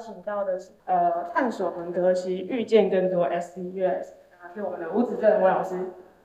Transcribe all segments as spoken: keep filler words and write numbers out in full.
请到的是呃探索横科系，遇见更多 S D U S， 是我们的吴子正吴老师。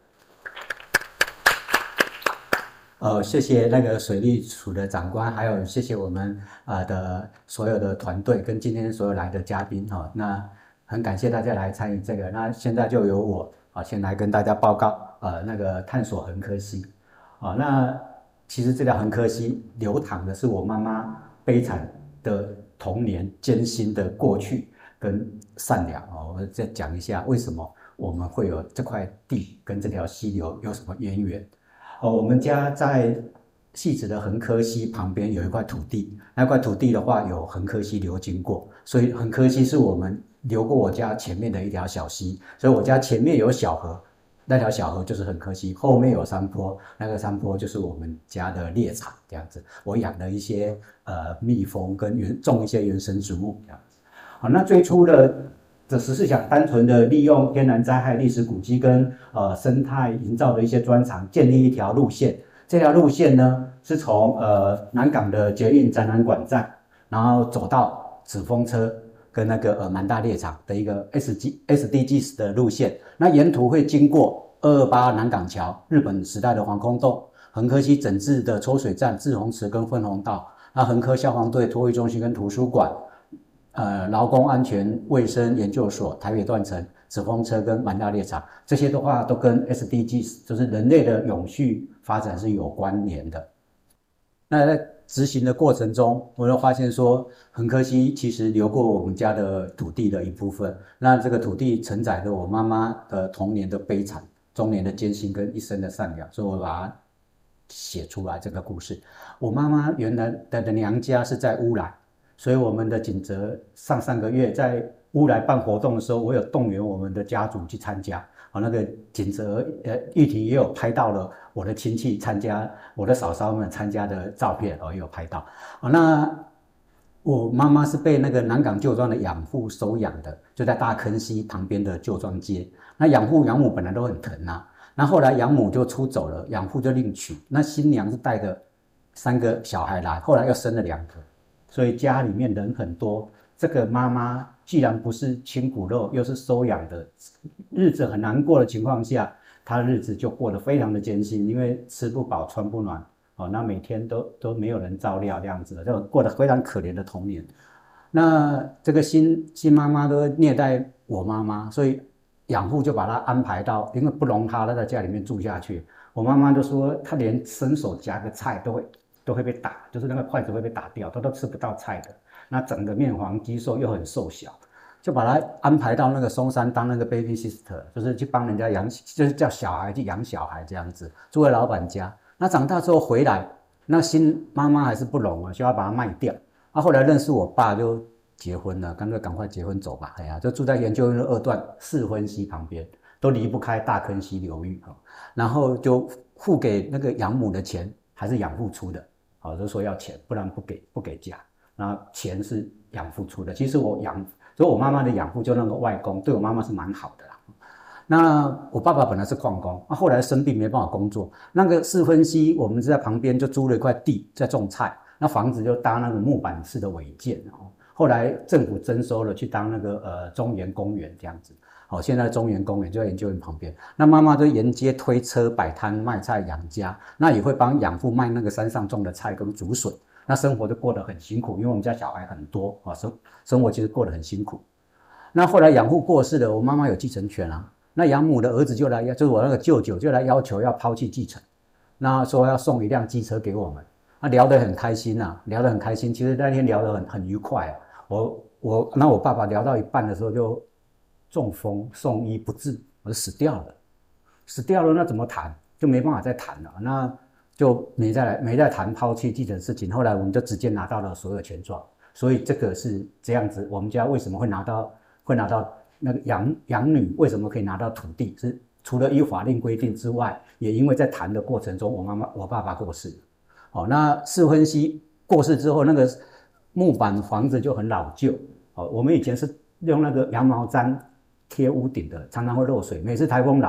呃，谢谢那个水利署的长官，还有谢谢我们呃的所有的团队跟今天所有来的嘉宾哈、哦。那很感谢大家来参与这个。那现在就由我啊、哦、先来跟大家报告呃那个探索横科系啊、哦。那其实这条横科系流淌的是我妈妈悲惨的童年、艰辛的过去跟善良哦。我再讲一下为什么我们会有这块地跟这条溪流有什么渊源。哦，我们家在汐止的横科溪旁边有一块土地，那块土地的话有横科溪流经过，所以横科溪是我们流过我家前面的一条小溪，所以我家前面有小河，那条小河就是横科溪，后面有山坡，那个山坡就是我们家的猎场这样子。我养了一些呃蜜蜂跟原种一些原生植物这样子。好，那最初的这只是想单纯的利用天然灾害、历史古迹跟呃生态营造的一些专长，建立一条路线。这条路线呢，是从呃南港的捷运展览馆站，然后走到纸风车跟那个呃蛮大猎场的一个 S G S D Gs 的路线。那沿途会经过二二八南港桥、日本时代的防空洞、横科溪整治的抽水站、滞洪池跟分洪道，那横科消防队托育中心跟图书馆。呃，劳工安全卫生研究所、台北断层、纸风车跟蛮大猎场，这些的话都跟 S D Gs， 就是人类的永续发展是有关联的。那在执行的过程中，我就发现说，横科溪其实流过我们家的土地的一部分，那这个土地承载着我妈妈的童年的悲惨、中年的艰辛跟一生的善良，所以我把它写出来这个故事。我妈妈原来的娘家是在乌来。所以我们的景泽上上个月在乌来办活动的时候，我有动员我们的家族去参加。哦，那个景泽呃玉婷也有拍到了我的亲戚参加，我的嫂嫂们参加的照片，哦，也有拍到。哦，那我妈妈是被那个南港旧庄的养父收养的，就在大坑溪旁边的旧庄街。那养父养母本来都很疼啊，那后来养母就出走了，养父就另娶。那新娘是带着三个小孩来，后来又生了两个。所以家里面人很多，这个妈妈既然不是亲骨肉，又是收养的，日子很难过的情况下，她日子就过得非常的艰辛，因为吃不饱穿不暖，哦，那每天都都没有人照料这样子的，就过得非常可怜的童年。那这个新新妈妈都虐待我妈妈，所以养父就把她安排到，因为不容她在家里面住下去，我妈妈就说她连伸手夹个菜都会。都会被打，就是那个筷子会被打掉，他都吃不到菜的。那整个面黄肌瘦又很瘦小，就把他安排到那个松山当那个 baby sister， 就是去帮人家养，就是叫小孩去养小孩这样子，住在老板家。那长大之后回来，那新妈妈还是不容啊，就要把它卖掉。啊，后来认识我爸就结婚了，干脆赶快结婚走吧。哎呀，就住在研究院的二段四分溪旁边，都离不开大坑溪流域。然后就付给那个养母的钱还是养父出的。好，就说要钱，不然不给不给价。那钱是养父出的。其实我养，所以我妈妈的养父就那个外公，对我妈妈是蛮好的啦。那我爸爸本来是矿工，后来生病没办法工作。那个四分溪，我们是在旁边就租了一块地在种菜，那房子就搭那个木板式的违建。后来政府征收了，去当那个呃中原公园这样子。好，现在中原公园就在研究院旁边。那妈妈就沿街推车摆摊卖菜养家，那也会帮养父卖那个山上种的菜跟竹笋。那生活就过得很辛苦，因为我们家小孩很多啊，生生活其实过得很辛苦。那后来养父过世了，我妈妈有继承权啊。那养母的儿子就来，就是我那个舅舅就来要求要抛弃继承，那说要送一辆机车给我们。那聊得很开心啊，聊得很开心。其实那天聊得很很愉快啊。我我那我爸爸聊到一半的时候就。中风送医不治，我就死掉了，死掉了，那怎么谈？就没办法再谈了，那就没再来没再谈抛弃继承事情。后来我们就直接拿到了所有权状，所以这个是这样子。我们家为什么会拿到会拿到那个养养女为什么可以拿到土地？是除了依法令规定之外，也因为在谈的过程中，我妈妈我爸爸过世了。哦，那四分析过世之后，那个木板房子就很老旧。哦，我们以前是用那个羊毛毡贴屋顶的，常常会漏水。每次台风来，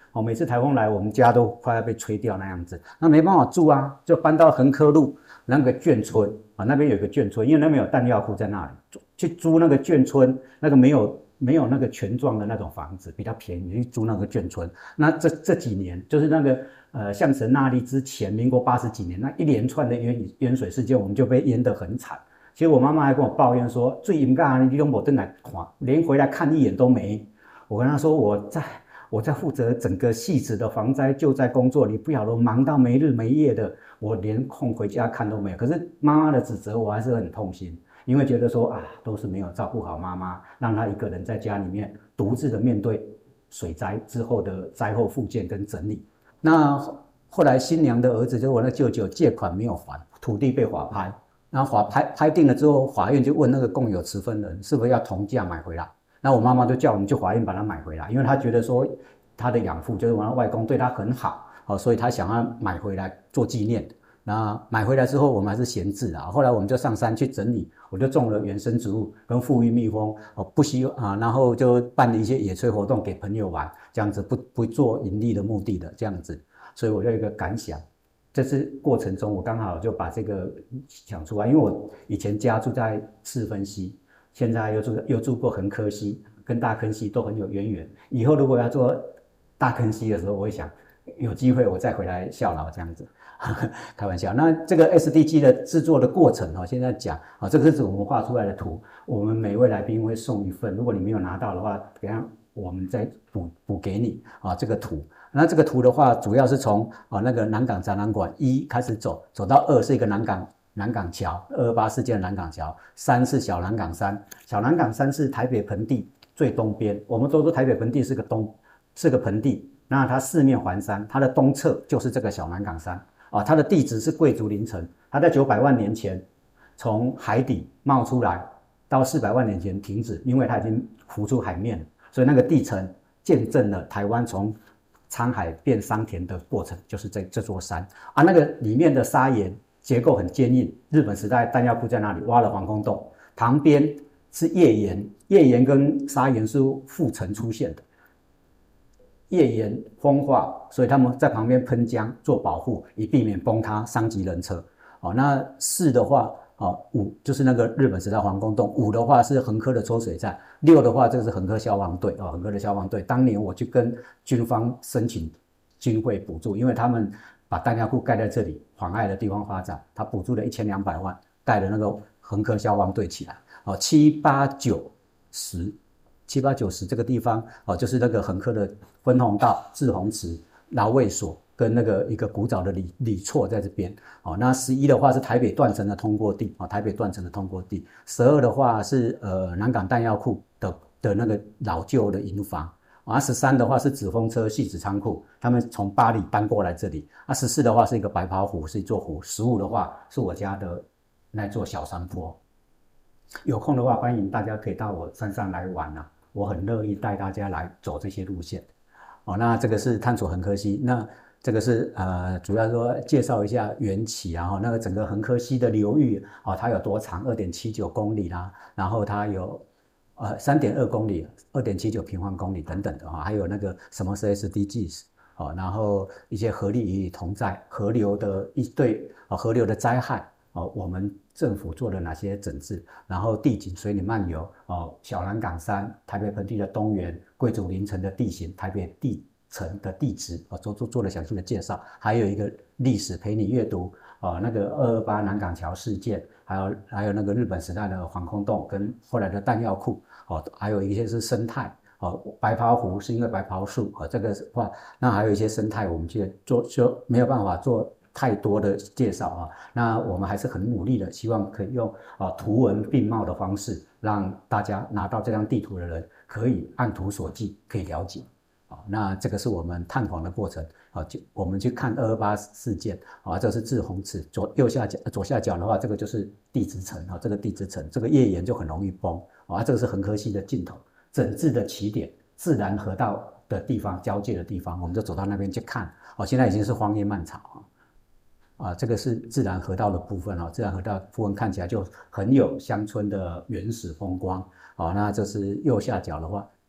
哦，每次台风来，我们家都快要被吹掉那样子，那没办法住啊，就搬到横科路那个眷村啊，那边有一个眷村，因为那边有弹药库在那里，去租那个眷村，那个没有没有那个全幢的那种房子，比较便宜，去租那个眷村。那这这几年就是那个呃象神纳利之前，民国八十几年那一连串的淹淹水事件，我们就被淹得很惨。其实我妈妈还跟我抱怨说，最严干你都没回来看，连回来看一眼都没。我跟她说，我在我在负责整个汐止的防灾救灾工作，你不晓得忙到没日没夜的，我连空回家看都没有。可是妈妈的指责我还是很痛心，因为觉得说啊，都是没有照顾好妈妈，让她一个人在家里面独自的面对水灾之后的灾后复健跟整理。那后来新娘的儿子就是我那舅舅借款没有还，土地被法拍。然后法拍拍定了之后，法院就问那个共有持分人是不是要同价买回来。那我妈妈就叫我们去法院把它买回来，因为她觉得说她的养父就是我的外公对她很好，哦，所以她想要买回来做纪念。那买回来之后，我们还是闲置啊。后来我们就上山去整理，我就种了原生植物跟富裕蜜蜂，哦，不惜啊，然后就办了一些野炊活动给朋友玩，这样子不不做盈利的目的的这样子。所以我就有一个感想。这次过程中，我刚好就把这个讲出来，因为我以前家住在赤分溪，现在又住又住过横科溪，跟大坑溪都很有渊源。以后如果要做大坑溪的时候，我会想有机会我再回来效劳这样子，开玩笑。那这个 S D G 的制作的过程哦，现在讲啊，这个是我们画出来的图，我们每位来宾会送一份，如果你没有拿到的话，等下我们再补补给你啊这个图。那这个图的话，主要是从啊那个南港展览馆一开始走，走到二是一个南港南港桥，二二八事件的南港桥，三是小南港山，小南港山是台北盆地最东边，我们都说台北盆地是个东是个盆地，那它四面环山，它的东侧就是这个小南港山啊，它的地质是贵族凌城，它在九百万年前从海底冒出来，到四百万年前停止，因为它已经浮出海面了，所以那个地层见证了台湾从沧海变桑田的过程，就是这这座山啊，那个里面的砂岩结构很坚硬，日本时代弹药库在那里挖了防空洞，旁边是页岩，页岩跟砂岩是复层出现的，页岩风化，所以他们在旁边喷浆做保护，以避免崩塌伤及人车。哦，那四的话。哦，五就是那个日本时代防空洞，五的话是横科的抽水站，六的话这个是横科消防队哦，横科的消防队。当年我去跟军方申请军费补助，因为他们把弹药库盖在这里，妨碍了地方发展，他补助了一千两百万，盖了那个横科消防队起来。哦，七八九十，七八九十这个地方哦，就是那个横科的分洪道、滞洪池、劳卫所。跟那个一个古早的里里厝在这边，哦，那十一的话是台北断层的通过地，哦，台北断层的通过地。十二的话是呃南港弹药库的的那个老旧的营房，啊，十三的话是纸风车汐止仓库，他们从巴黎搬过来这里。啊，十四的话是一个白袍湖，是一座湖。十五的话是我家的那座小山坡。有空的话，欢迎大家可以到我山上来玩啊，我很乐意带大家来走这些路线。哦，那这个是探索横科溪，那。这个是呃，主要说介绍一下缘起啊，然后那个整个横科溪的流域啊，它有多长，二点七九公里啦，然后它有呃三点二公里，二点七九平方公里等等的啊，还有那个什么是 S D Gs 啊，然后一些河力与同在，河流的一对啊，河流的灾害啊，我们政府做了哪些整治，然后地景水里漫游哦，小南港山、台北盆地的东缘、贵族凌城的地形、台北地。层的地质啊，做做做了详细的介绍，还有一个历史陪你阅读啊，那个二二八南港桥事件，还有还有那个日本时代的防空洞跟后来的弹药库哦，还有一些是生态哦，白袍湖是因为白袍树啊，这个话那还有一些生态，我们去做就没有办法做太多的介绍啊，那我们还是很努力的，希望可以用啊图文并茂的方式，让大家拿到这张地图的人可以按图索骥，可以了解。好，那这个是我们探访的过程啊，就我们去看二二八事件啊，这是滞洪池，左右下角左下角的话，这个就是地质层啊，这个地质层，这个页岩就很容易崩啊，这个是横科溪的尽头，整治的起点，自然河道的地方交界的地方，我们就走到那边去看哦，现在已经是荒野蔓草啊，啊，这个是自然河道的部分哦，自然河道部分看起来就很有乡村的原始风光啊，那这是右下角的话。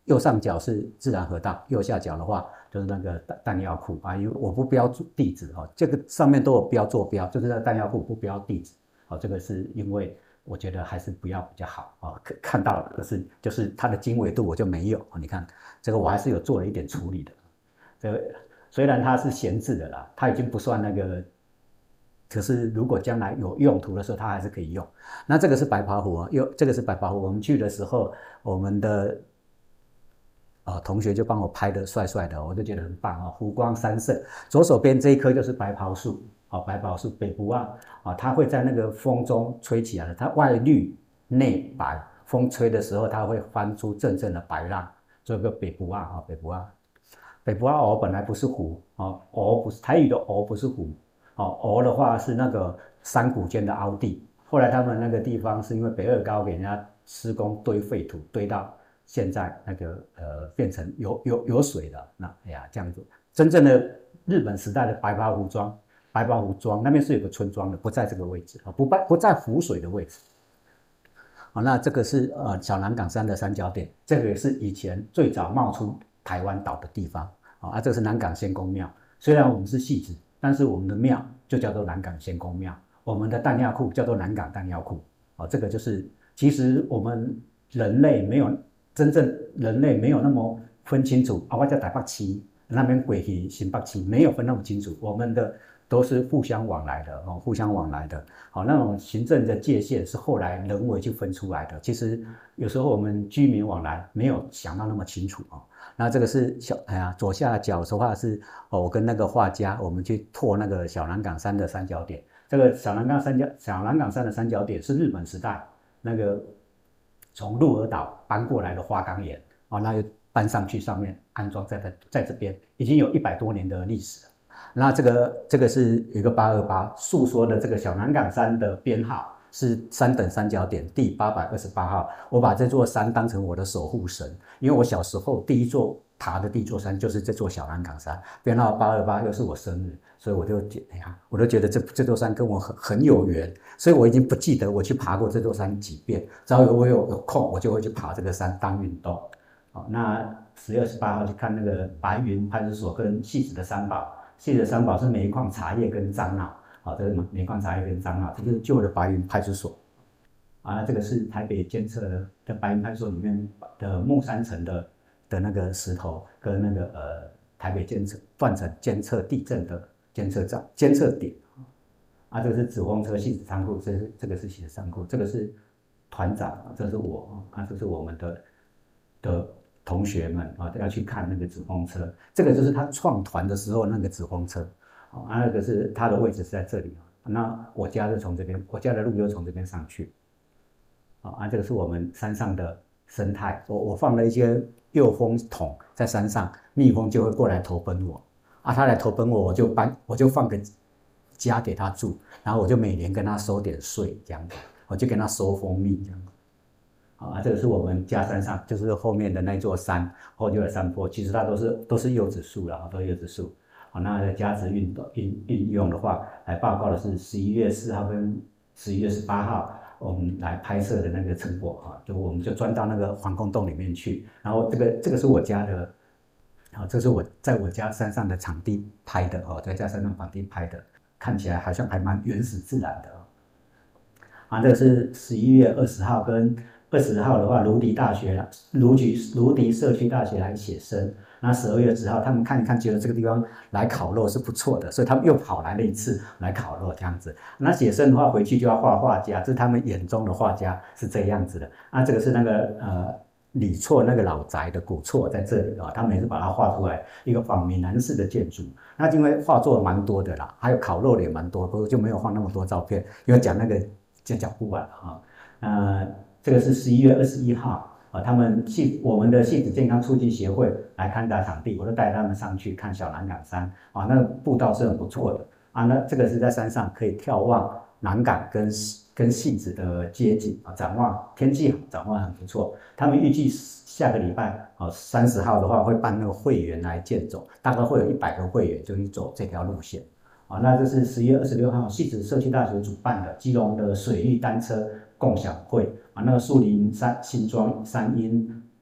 右上角是自然河道，右下角的话就是那个弹弹药库啊，因为我不标地址哦，这个上面都有标坐标，就是那弹药库不标地址哦，这个是因为我觉得还是不要比较好哦，看到了，可是就是它的经纬度我就没有哦，你看这个我还是有做了一点处理的，这个虽然它是闲置的啦，它已经不算那个。可是如果将来有用途的时候，它还是可以用。那这个是白袍湖啊，又这个是白袍湖。我们去的时候，我们的呃同学就帮我拍的帅帅的，我就觉得很棒啊，湖光山色。左手边这一棵就是白袍树，啊，白袍树北部啊，啊，它会在那个风中吹起来的，它外绿内白，风吹的时候它会翻出阵阵的白浪，这个北部啊，啊，北部啊，北部啊鹅本来不是湖啊，鹅不是台语的鹅不是湖。哦，鹅的话是那个山谷间的凹地，后来他们那个地方是因为北二高给人家施工堆废土，堆到现在那个呃变成有有有水的，那哎呀这样子，真正的日本时代的白袍湖庄，白袍湖庄那边是有个村庄的，不在这个位置啊，不不在湖水的位置。好，那这个是呃小南港山的三角点，这个也是以前最早冒出台湾岛的地方啊，这个是南港仙公庙，虽然我们是戏子。但是我们的庙就叫做南港仙公庙，我们的弹药库叫做南港弹药库，哦，这个就是其实我们人类没有真正人类没有那么分清楚啊，我叫台北市那边过去新北市没有分那么清楚，我们的都是互相往来的哦，互相往来的，好，那种行政的界限是后来人为去分出来的，其实有时候我们居民往来没有想到那么清楚哦。那这个是小哎呀，左下角的话是哦，我跟那个画家，我们去拓那个小南港山的三角点。这个小南港三角小南港山的三角点是日本时代那个从鹿儿岛搬过来的花岗岩哦，那就搬上去上面安装在在这边，已经有一百多年的历史了。那这个这个是有一个八二八诉说的这个小南港山的编号。是三等三角点第八百二十八号，我把这座山当成我的守护神，因为我小时候第一座爬的第一座山就是这座小南港山，编号八二八又是我生日，所以我就哎呀，我都觉得这这座山跟我很很有缘，所以我已经不记得我去爬过这座山几遍，只要有我有有空，我就会去爬这个山当运动。好，那十月二十八号去看那个白云派出所跟戏子的三宝，戏子的三宝是煤矿茶叶跟樟脑。好，这是煤矿茶叶跟樟脑，这就是旧的白云派出所。啊，这个是台北监测的白云派出所里面的木山层的的那个石头，跟那个呃台北监测断层监测地震的监测站监测点。啊，这个是纸风车戏子仓库，这是这个是戏子仓库，这个是团长，这是我啊，这是我们的的同学们啊，要去看那个纸风车，这个就是他创团的时候那个纸风车。哦，啊，那个是它的位置是在这里，那我家是从这边，我家的路就从这边上去，啊，这个是我们山上的生态，我我放了一些诱蜂桶在山上，蜜蜂就会过来投奔我，啊，它来投奔我，我就搬，我就放个家给它住，然后我就每年跟它收点税这样子，我就跟它收蜂蜜这样子，啊，这个是我们家山上，就是后面的那座山，后就有山坡，其实它都是都是柚子树了，都是柚子树。好，那价值运动运运用的话，来报告的是十一月四号跟十一月十八号，我们来拍摄的那个成果啊，就我们就钻到那个防空洞里面去，然后这个这个是我家的，啊，这是我在我家山上的场地拍的哦，在家山上场地拍的，看起来好像还蛮原始自然的哦。啊，这个是十一月二十号跟二十号的话，芦笛大学芦笛芦笛社区大学来写生。那十二月十号，他们看一看，觉得这个地方来烤肉是不错的，所以他们又跑来了一次来烤肉这样子。那写生的话，回去就要画画家，这是他们眼中的画家是这样子的。啊，这个是那个呃李错那个老宅的古厝在这里啊，他们也是把它画出来一个仿闽南式的建筑。那因为画作蛮多的啦，还有烤肉的也蛮多，不过就没有放那么多照片，因为讲那个就讲不完啊。呃，这个是十一月二十一号。啊，他们戏我们的戏子健康促进协会来勘察场地，我都带他们上去看小南港山啊，那个步道是很不错的啊。那这个是在山上可以眺望南港跟跟戏子的街景啊，展望天气好，展望很不错。他们预计下个礼拜啊三十号的话会办那个会员来健走，大概会有一百个会员就去走这条路线啊。那这是十一月二十六号戏子社区大学主办的基隆的水域单车共享会。啊，那个树林山新庄三鹰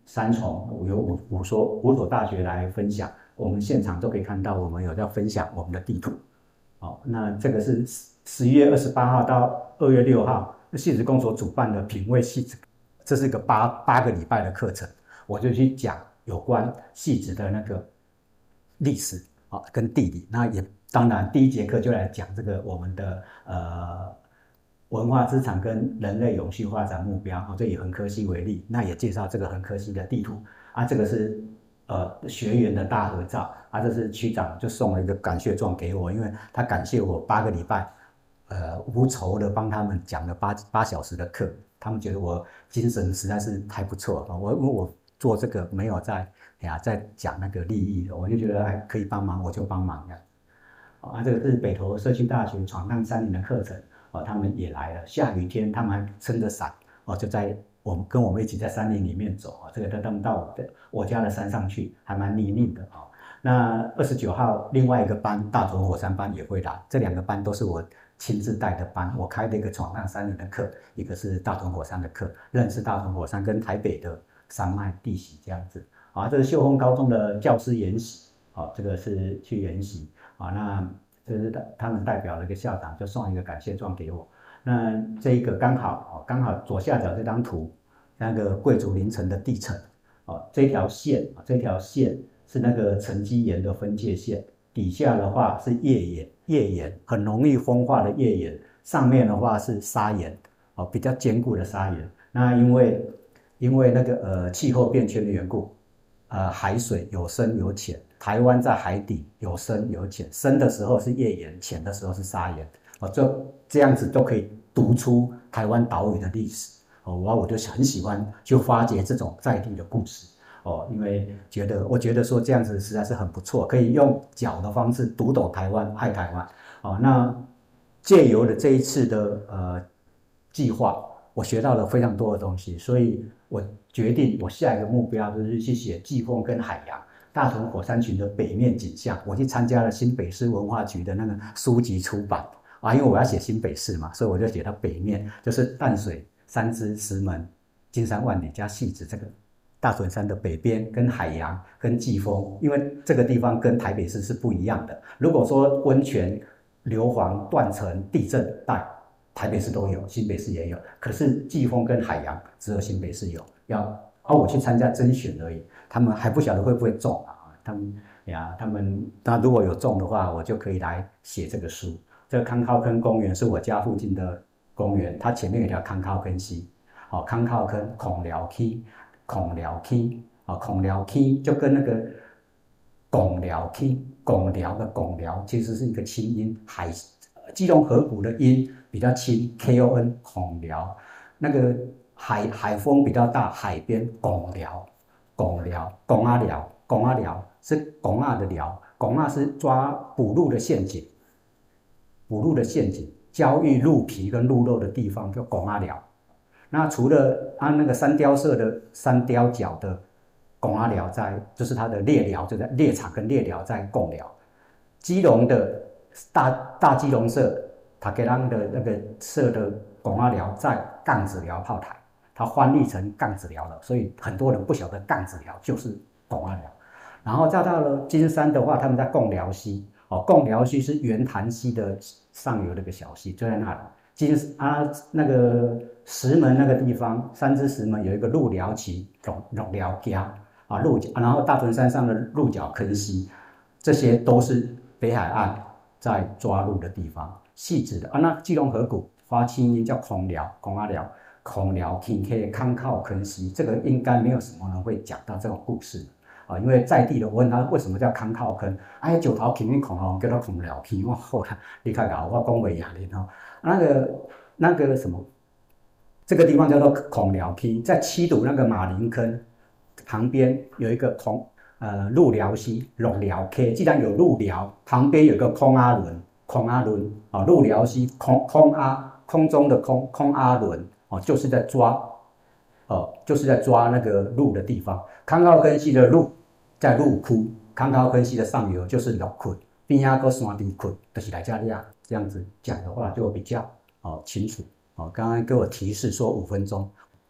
三重有五五所五所大学来分享，我们现场都可以看到，我们有在分享我们的地图。好，那这个是十一月二十八号到二月六号，戏子公所主办的品味戏子，这是个八八个礼拜的课程，我就去讲有关戏子的那个历史啊跟地理。那也当然第一节课就来讲这个我们的呃文化资产跟人类永续发展目标啊，这以横科溪为例，那也介绍这个横科溪的地图啊，这个是。呃，学员的大合照啊，这是区长就送了一个感谢状给我，因为他感谢我八个礼拜，呃，无酬的帮他们讲了八八小时的课，他们觉得我精神实在是还不错啊。我我做这个没有在哎呀在讲那个利益，我就觉得哎可以帮忙我就帮忙这样。啊，这个是北投社区大学闯荡山林的课程哦，他们也来了，下雨天他们还撑着伞哦，就在。我们跟我们一起在山林里面走啊，这个他们到我的我家的山上去，还蛮泥泞的啊。那二十九号另外一个班大屯火山班也会来，这两个班都是我亲自带的班，我开的一个闯荡山林的课，一个是大屯火山的课，认识大屯火山跟台北的山脉地形这样子啊。这是秀峰高中的教师研习啊，这个是去研习啊。那这是他们代表了一个校长，就送一个感谢状给我。那这一个刚好刚好左下角这张图。那个贵族林城的地层，哦，这条线，这条线是那个沉积岩的分界线，底下的话是页岩，页岩很容易风化的页岩，上面的话是砂岩，哦，比较坚固的砂岩。那因为因为那个呃气候变迁的缘故，呃海水有深有浅，台湾在海底有深有浅，深的时候是页岩，浅的时候是砂岩，哦，就这样子都可以读出台湾岛屿的历史。哦，我我就很喜欢就发掘这种在地的故事哦，因为觉得我觉得说这样子实在是很不错，可以用脚的方式读懂台湾，爱台湾哦。那借由了这一次的呃计划，我学到了非常多的东西，所以我决定我下一个目标就是去写季风跟海洋大屯火山群的北面景象。我去参加了新北市文化局的那个书籍出版啊，因为我要写新北市嘛，所以我就写到北面，就是淡水。三芝、石门、金山万里加戏子这个大屯山的北边，跟海洋、跟季风，因为这个地方跟台北市是不一样的。如果说温泉、硫磺、断层、地震带，台北市都有，新北市也有，可是季风跟海洋只有新北市有。要啊，我去参加甄选而已，他们还不晓得会不会中啊。他们呀，他们那如果有中的话，我就可以来写这个书。这个康靠坑公园是我家附近的。公园它前面有一条康靠坑溪，哦，康靠坑孔寮溪，孔寮溪，啊，孔寮溪就跟那个拱寮溪，拱寮的拱寮其实是一个清音，海基隆河谷的音比较轻 ，K O N 孔寮，那个海海风比较大，海边拱寮，拱寮，拱阿寮，拱阿寮是拱阿的寮，拱阿是抓捕鹿的陷阱，捕鹿的陷阱。交易鹿皮跟鹿肉的地方叫拱阿寮，那除了它那个三雕社的三雕角的拱阿寮在，就是它的猎寮就在猎场跟猎寮在贡寮，基隆的大大基隆社塔给浪的那个社的拱阿寮在杠子寮炮台，它翻译成杠子寮了，所以很多人不晓得杠子寮就是拱阿寮。然后再到了金山的话，他们在贡寮溪。哦，贡寮溪是圆潭溪的上游那个小溪，就在那里。金啊，那个石门那个地方，三芝石门有一个鹿寮旗、龙龙寮家啊，鹿角，然后大屯山上的鹿角坑溪，这些都是北海岸在抓鹿的地方。细致的啊，那基隆河谷发清音叫孔寮、孔阿寮、孔寮 K K 康靠坑溪，这个应该没有什么人会讲到这种故事。啊，因为在地的，我问他为什么叫康靠坑，哎，九头坑那孔哦，叫他孔寮溪，我后来你看搞，我讲袂赢你哦。那个那个什么，这个地方叫做孔寮溪，在七堵那个马林坑旁边有一个孔呃鹿寮溪、龙寮 K， 既然有鹿寮，旁边有一个空阿轮，空阿轮啊，鹿寮溪空空阿空中的空空阿轮哦，就是在抓哦，就是在抓那个鹿的地方。康靠坑溪的鹿。在鹿窟，康靠坑溪的上游就是鹿窟，边仔个山地窟，就是来这里啊。这样子讲的话就比较哦清楚哦。刚刚给我提示说五分钟，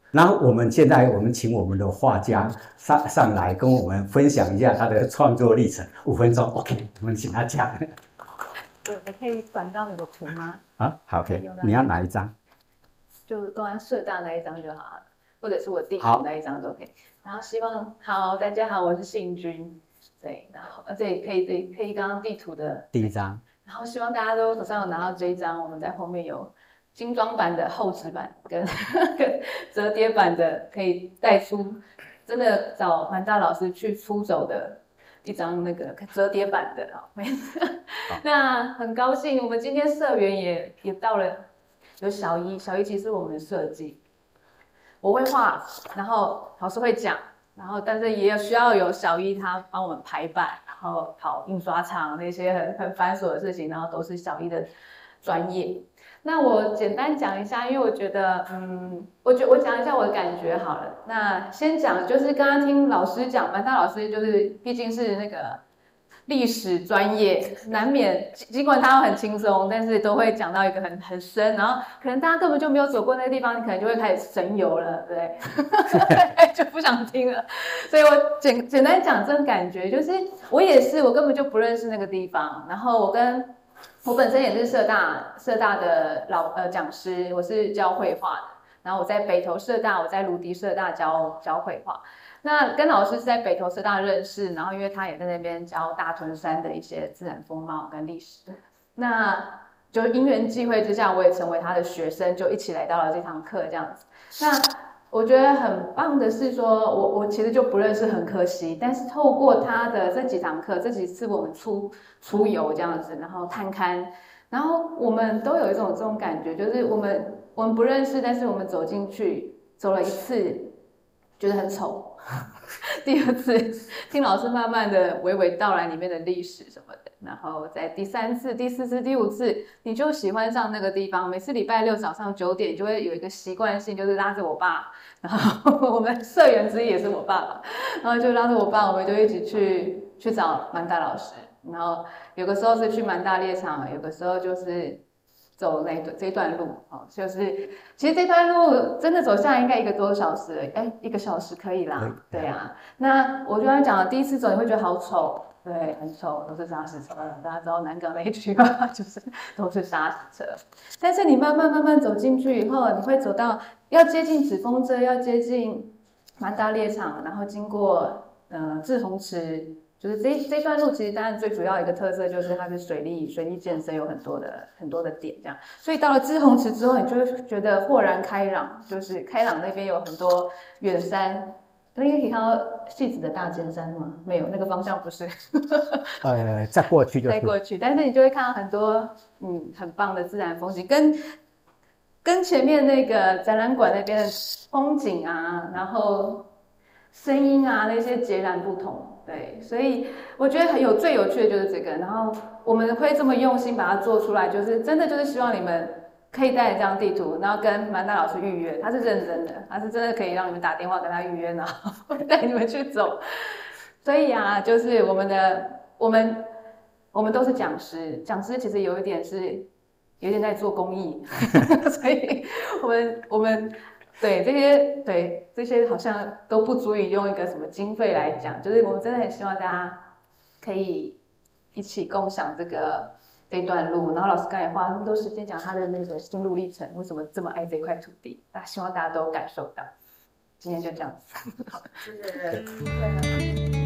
然后我们现在我们请我们的画家上上来跟我们分享一下他的创作历程，五分钟 ，OK， 我们请他讲。 对，我可以转到你的图吗？ 啊，好 ，OK， 你要哪一张？ 就公安社大那一张就好了，或者是我地图那一张都可以。然后希望好，大家好，我是信君。对，然后这也可以，对，可以刚刚地图的第一张。 然后希望大家都手上有拿到这一张，我们在后面有精装版的厚纸板跟跟折叠版的，可以带出真的找蛮大老师去出走的一张那个折叠版的啊。那很高兴，我们今天社员也也到了，有小一，小一其实我们的设计，我会画，然后老师会讲，然后但是也有需要有小一他帮我们排版。然后跑印刷厂那些很很繁琐的事情，然后都是小一的专业。那我简单讲一下，因为我觉得，嗯，我觉我讲一下我的感觉好了。那先讲就是刚刚听老师讲，蛮大老师就是毕竟是那个历史专业，难免尽管他很轻松，但是都会讲到一个很很深，然后可能大家根本就没有走过那个地方，你可能就会开始神游了，对不对？就不想听了。所以我简简单讲这种感觉，就是我也是，我根本就不认识那个地方，然后我跟我本身也是社大社大的老呃讲师，我是教绘画的，然后我在北投社大，我在芦笛社大教教绘画。那跟老师是在北投社大认识，然后因为他也在那边教大屯山的一些自然风貌跟历史，那就因缘际会之下，我也成为他的学生，就一起来到了这堂课这样子。那我觉得很棒的是说，我我其实就不认识，很可惜。但是透过他的这几堂课，这几次我们出出游这样子，然后探勘，然后我们都有一种这种感觉，就是我们我们不认识，但是我们走进去，走了一次，觉得很丑。第二次听老师慢慢的娓娓道来里面的历史什么的，然后在第三次、第四次、第五次，你就喜欢上那个地方。每次礼拜六早上九点就会有一个习惯性，就是拉着我爸，然后我们社员之一也是我爸爸，然后就拉着我爸，我们就一起去去找蛮大老师。然后有个时候是去蛮大猎场，有个时候就是走那这一段路，哦，就是其实这段路真的走下来应该一个多小时，哎，一个小时可以啦，对啊。那我就刚才讲了，第一次走你会觉得好丑，对，很丑，都是砂石车，大家知道南港那一区吧，就是都是砂石车。但是你慢慢慢慢走进去以后，你会走到要接近紫峰遮，要接近蛮大猎场，然后经过呃志洪池。就是这这段路，其实当然最主要一个特色就是它是水利水利建设有很多的很多的点这样，所以到了志洪池之后，你就会觉得豁然开朗，就是开朗那边有很多远山，那应该可以看到戏子的大尖山吗？没有，那个方向不是。 呃，再过去就是。 再过去，但是你就会看到很多嗯很棒的自然风景，跟跟前面那个展览馆那边的风景啊，然后声音啊那些截然不同。对，所以我觉得很有最有趣的就是这个，然后我们会这么用心把它做出来，就是真的就是希望你们可以带着这张地图，然后跟蛮大老师预约，他是认真的，他是真的可以让你们打电话跟他预约，然后带你们去走。所以啊，就是我们的我们我们都是讲师，讲师其实有一点是有点在做公益，所以我们我们。对这些，对这些好像都不足以用一个什么经费来讲，就是我们真的很希望大家可以一起共享这个这段路。然后老师刚才花那么多时间讲他的那个心路历程，为什么这么爱这块土地，大家希望大家都感受到。今天就这样子，好，谢谢。